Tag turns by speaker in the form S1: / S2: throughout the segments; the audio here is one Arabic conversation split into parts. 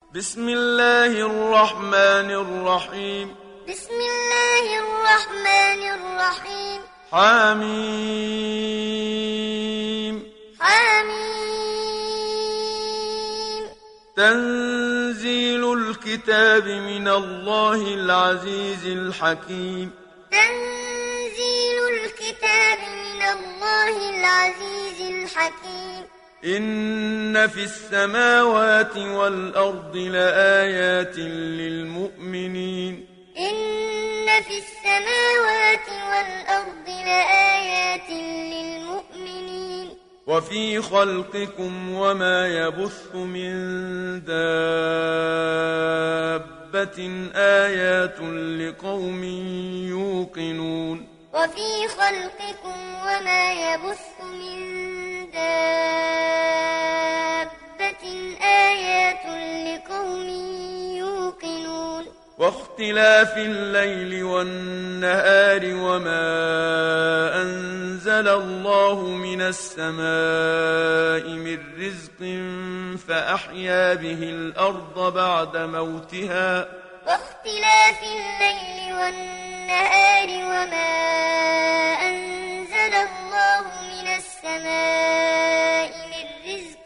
S1: بسم الله الرحمن الرحيم.
S2: بسم الله الرحمن الرحيم.
S1: حميم.
S2: حميم.
S1: تنزيل الكتاب من الله العزيز الحكيم.
S2: تنزيل الكتاب من الله العزيز الحكيم.
S1: إن في السماوات والأرض لآيات للمؤمنين.
S2: إن في السماوات والأرض لآيات للمؤمنين.
S1: وفي خلقكم وما يبث من دابة آيات لقوم يوقنون.
S2: وفي خلقكم وما يبث من دابة آيات لقوم يوقنون.
S1: واختلاف الليل والنهار وما أنزل الله من السماء من رزق فأحيا به الأرض بعد موتها.
S2: واختلاف الليل والنهار وما أنزل الله من السماء من رزق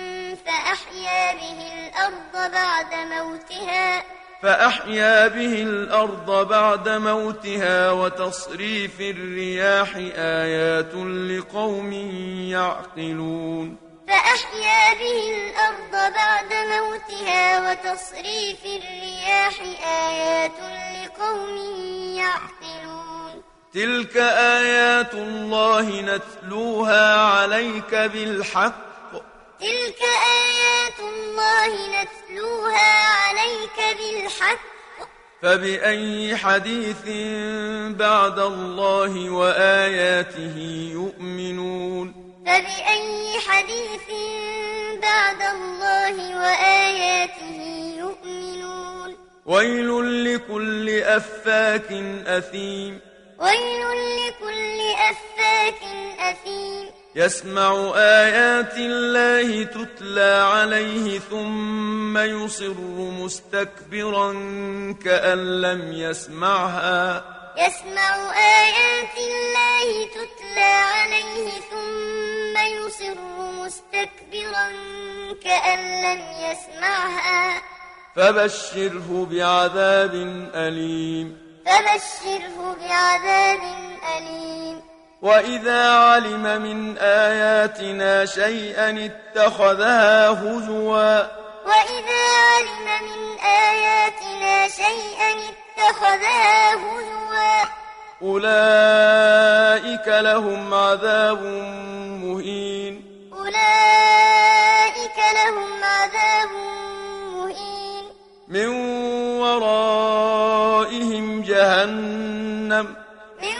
S1: فأحيا به الأرض بعد موتها وتصريف الرياح آيات لقوم يعقلون.
S2: فأحيا به الأرض بعد موتها وتصريف الرياح آيات لقوم يعقلون.
S1: تلك آيات الله نتلوها عليك بالحق.
S2: تلك آيات الله نتلوها عليك بالحق.
S1: فبأي حديث بعد الله وآياته يؤمنون.
S2: فبأي حديث بعد الله وآياته يؤمنون.
S1: ويل لكل أفاك أثيم.
S2: ويل لكل أفاك أثيم.
S1: يسمع آيات الله تتلى عليه ثم يصر مستكبرا كأن لم يسمعها.
S2: يسمع آيات الله تتلى عليه ثم يصر مستكبرا كأن لم يسمعها.
S1: فبشره بعذاب أليم.
S2: فبشره بعذاب أليم.
S1: وإذا علم من آياتنا شيئا اتخذها هزوا.
S2: وإذا علم من آياتنا شيئا اتخذها هزوا.
S1: أولئك لهم عذاب مهين.
S2: أولئك لهم عذاب مهين.
S1: من ورائهم جهنم.
S2: من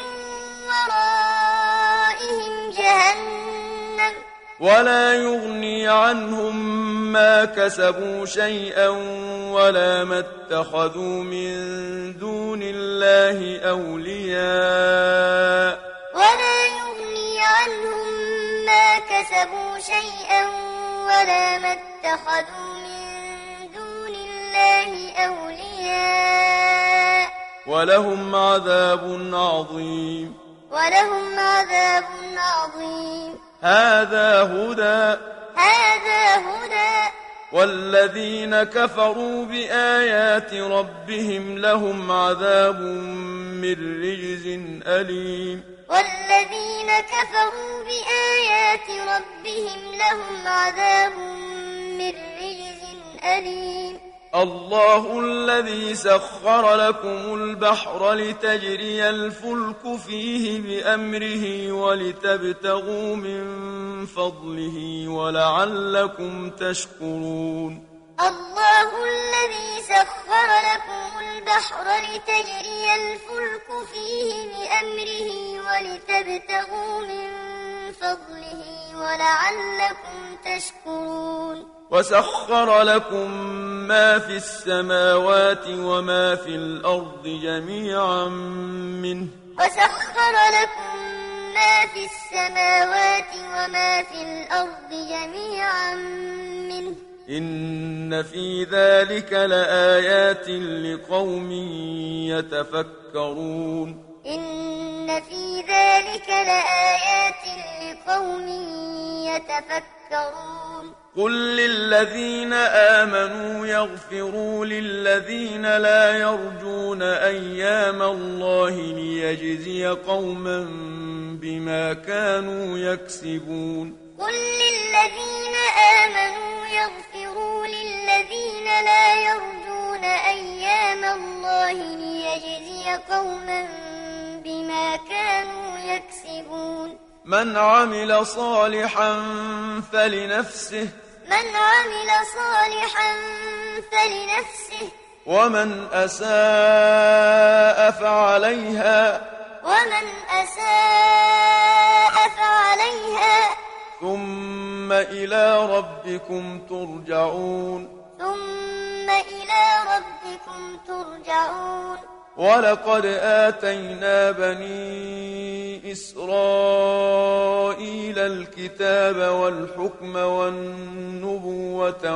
S2: ورائهم جهنم.
S1: ولا يغني عنهم ما كسبوا شيئا ولا ما اتخذوا من دون الله أولياء.
S2: ولا يغني عنهم ما كسبوا شيئا ولا ما اتخذوا من دون الله أولياء.
S1: ولهم عذاب عظيم.
S2: ولهم عذاب عظيم.
S1: هذا هدى.
S2: هذا هدى.
S1: والذين كفروا بآيات ربهم لهم عذاب من رجز أليم.
S2: والذين كفروا بآيات ربهم لهم عذاب من رجز أليم.
S1: الله الذي سخر لكم البحر لتجري الفلك فيه بأمره ولتبتغوا من فضله ولعلكم تشكرون.
S2: الله الذي سخر لكم البحر لتجري الفلك فيه بأمره ولتبتغوا من فضله ولعلكم تشكرون.
S1: وسخر لكم ما في السماوات وما في الأرض جميعا منه.
S2: وسخر لكم ما في السماوات وما في الأرض جميعا منه.
S1: إن في ذلك لآيات لقوم يتفكرون
S2: إن في ذلك لآيات لقوم يتفكرون
S1: قل للذين آمنوا يغفروا للذين لا يرجون أيام الله ليجزي قوما بما كانوا يكسبون
S2: قل للذين آمنوا يغفروا للذين لا يرجون أيام الله ليجزي قوما بما كانوا يكسبون
S1: من عمل صالحا فلنفسه ومن أساء فعليها ثم إلى ربكم ترجعون ولقد آتينا بني إسرائيل الكتاب والحكم والنبوة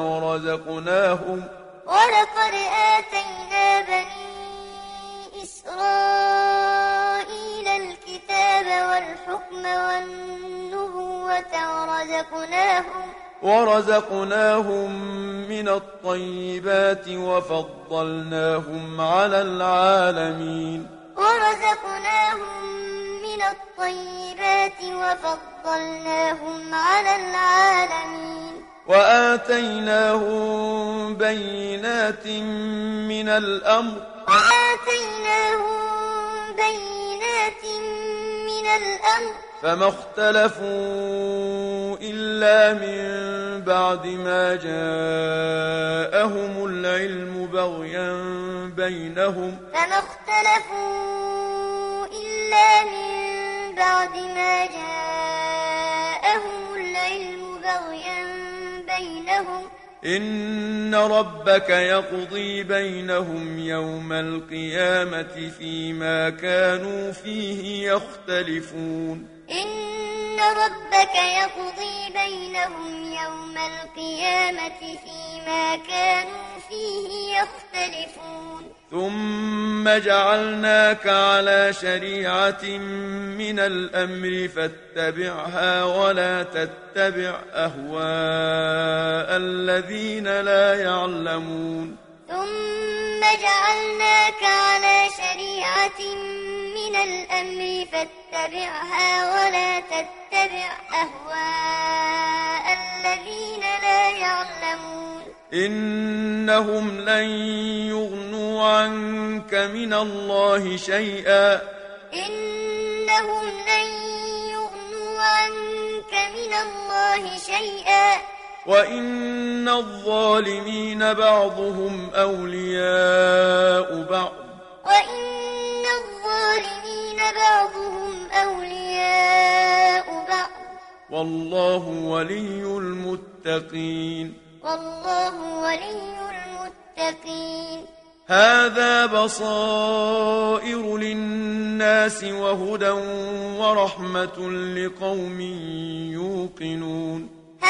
S1: ورزقناهم من الطيبات وفضلناهم على العالمين وآتيناهم بينات من الأمر فما اختلفوا إلا من بعد ما جاءهم العلم بغيا بينهم إن ربك يقضي بينهم يوم القيامة فيما كانوا فيه يختلفون ثم جعلناك على شريعة من الأمر فاتبعها ولا تتبع أهواء الذين لا يعلمون إنهم لن يغنوا عنك من الله شيئا وإن الظالمين بعضهم أولياء بعض والله ولي المتقين هذا بصائر للناس وهدى ورحمة لقوم يوقنون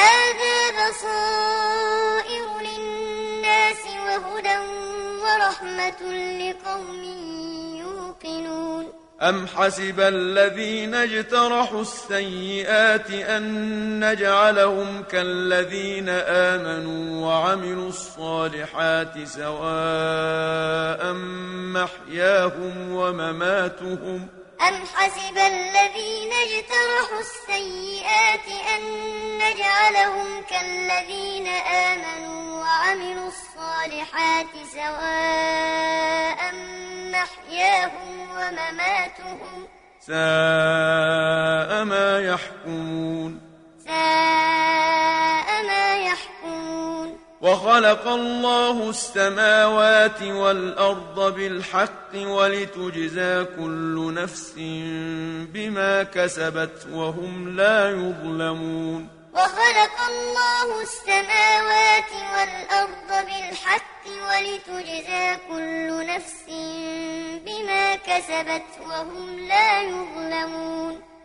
S1: أم حسب الذين اجترحوا السيئات أن نجعلهم كالذين آمنوا وعملوا الصالحات سواء محياهم ومماتهم ساء ما يحكمون وخلق الله السماوات والأرض بالحق ولتجزى كل نفس بما كسبت وهم لا يظلمون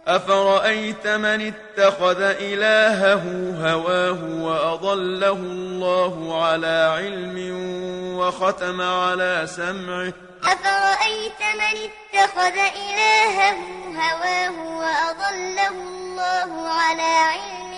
S1: أفرأيت من اتخذ إلهه هواه وأضله الله على علم وختم على سمعه
S2: أفرأيت من اتخذ إلهه هواه وأضله الله على علم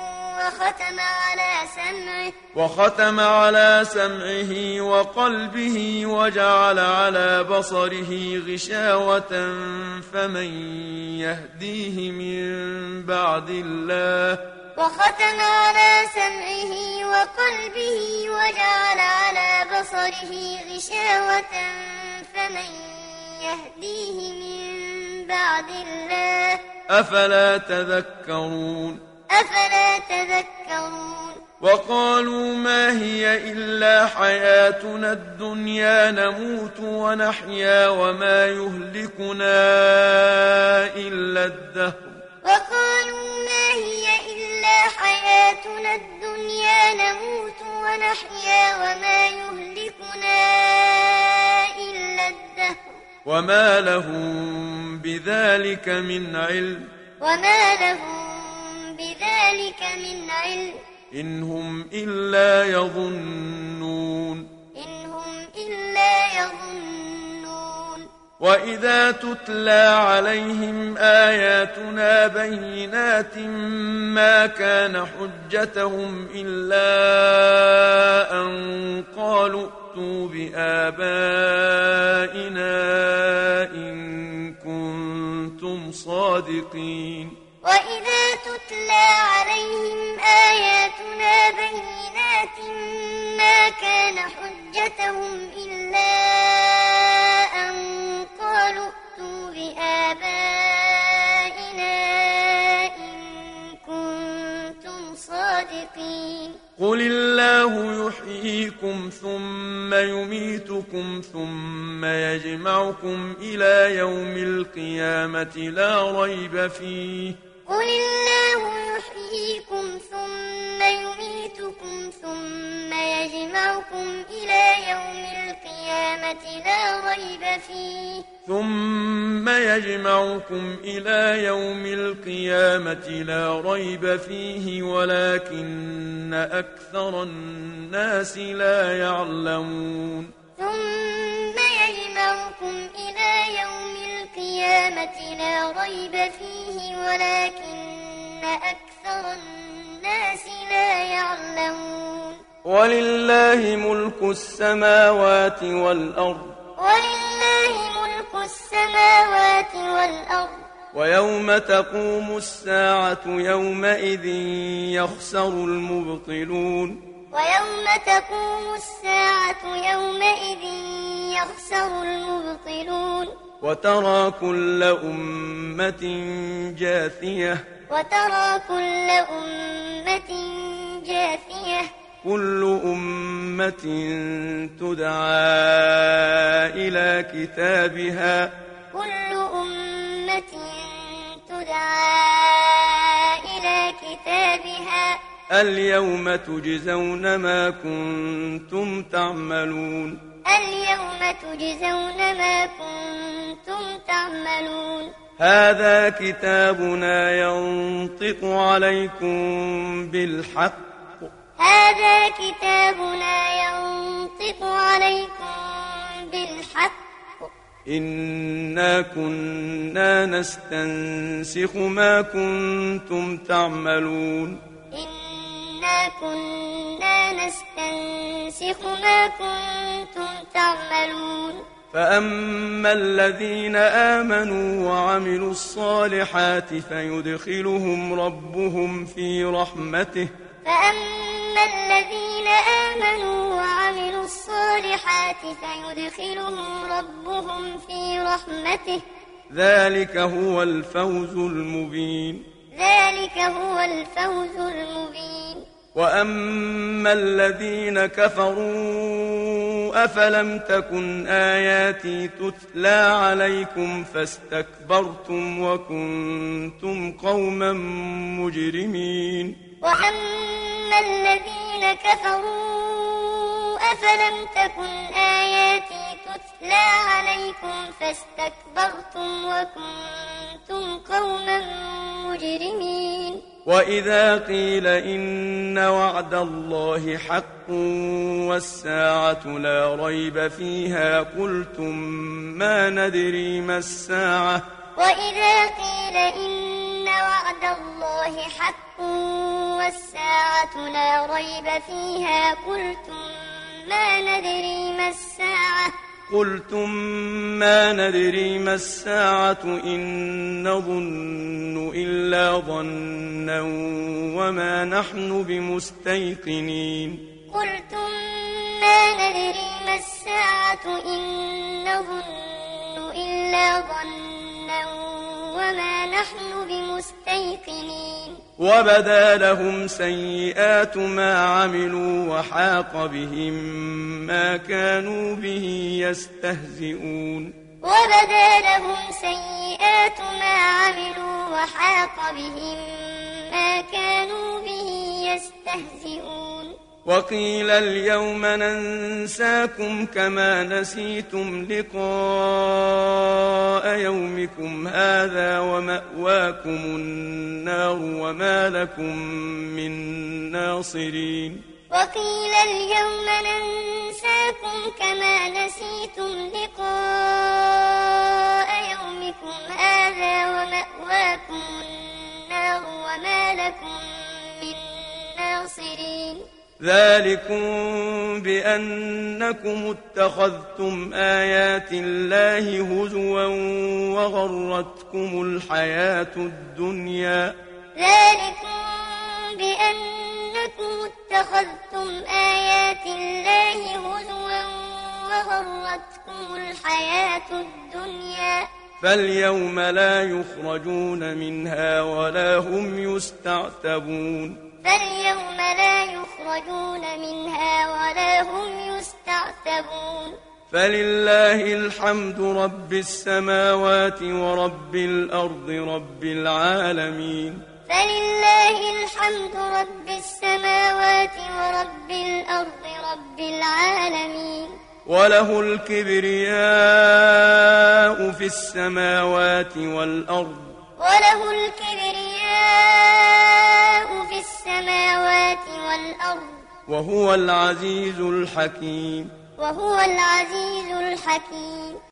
S2: وختم على سمعه
S1: وقلبه وجعل على بصره غشاوة فمن يهديه من بعد الله
S2: وختم على سمعه وقلبه وجعل على بصره غشاوة فمن يهديه من بعد الله
S1: أفلا تذكرون وقالوا ما هي إلا حياتنا الدنيا نموت ونحيا وما يهلكنا إلا الدهر
S2: وقالوا ما هي إلا حياتنا الدنيا نموت ونحيا وما يهلكنا إلا الدهر
S1: وما لهم بذلك من علم إن هم إلا يظنون وإذا تتلى عليهم آياتنا بينات ما كان حجتهم إلا أن قالوا ائتوا بآبائنا إن كنتم صادقين
S2: وإذا تتلى عليهم آياتنا بينات ما كان حجتهم إلا أن قالوا ائتوا بآبائنا إن كنتم صادقين
S1: قل الله يحييكم ثم يميتكم ثم يجمعكم إلى يوم القيامة لا ريب فيه
S2: قل الله يحييكم ثم يميتكم ثم يجمعكم إلى يوم القيامة
S1: لا ريب فيه ولكن أكثر الناس لا يعلمون
S2: ثم يجمعكم إلى يوم القيامة لا ريب فيه ولكن أكثر الناس لا يعلمون
S1: ولله ملك السماوات والأرض ويوم تقوم الساعة يومئذ يخسر المبطلون وترى كل أمة جاثية كل أمة تدعى إلى كتابها اليوم تجزون ما كنتم تعملون هذا كتابنا ينطق عليكم بالحق إنا كنا نستنسخ ما كنتم تعملون فأما الذين آمنوا وعملوا الصالحات فيدخلهم ربهم في رحمته ذلك هو الفوز المبين وأما الذين كفروا أفلم تكن آياتي تتلى عليكم فاستكبرتم وكنتم قوما مجرمين
S2: وأما الذين كفروا أفلم تكن آياتي تتلى عليكم فاستكبرتم وكنتم كنتم قوما مجرمين
S1: وإذا قيل إن وعد الله حق والساعة لا ريب فيها قلتم ما ندري ما الساعة
S2: وإذا قيل إن وعد الله حق والساعة لا ريب فيها قلتم ما ندري ما الساعة
S1: إن نظن إلا ظنا وما نحن بمستيقنين
S2: قلتم ما ندري ما الساعة إن نظن إلا ظنا وما نحن بمستيقنين
S1: وبدا لهم سيئات ما عملوا وحاق بهم ما كانوا به يستهزئون
S2: وبدا لهم سيئات ما عملوا وحاق بهم ما كانوا به يستهزئون
S1: وقيل اليوم ننساكم كما نسيتم لقاء يومكم هذا ومأواكم النار وما لكم من ناصرين
S2: وقيل اليوم ننساكم كما نسيتم لقاء يومكم هذا ومأواكم النار وما لكم من ناصرين
S1: ذلكم بأنكم اتخذتم آيات الله هزوا وغرتكم الحياة الدنيا
S2: ذلكم بأنكم اتخذتم آيات الله هزوا وغرتكم الحياة الدنيا
S1: فاليوم لا يخرجون منها ولا هم يستعتبون
S2: فاليوم لا يخرجون منها ولا هم يستعتبون
S1: فلله الحمد رب السماوات ورب الأرض رب العالمين
S2: فلله الحمد رب السماوات ورب الأرض رب العالمين
S1: وله الكبرياء في السماوات والأرض
S2: وله الكبرياء في السماوات والأرض
S1: وهو العزيز الحكيم
S2: وهو العزيز الحكيم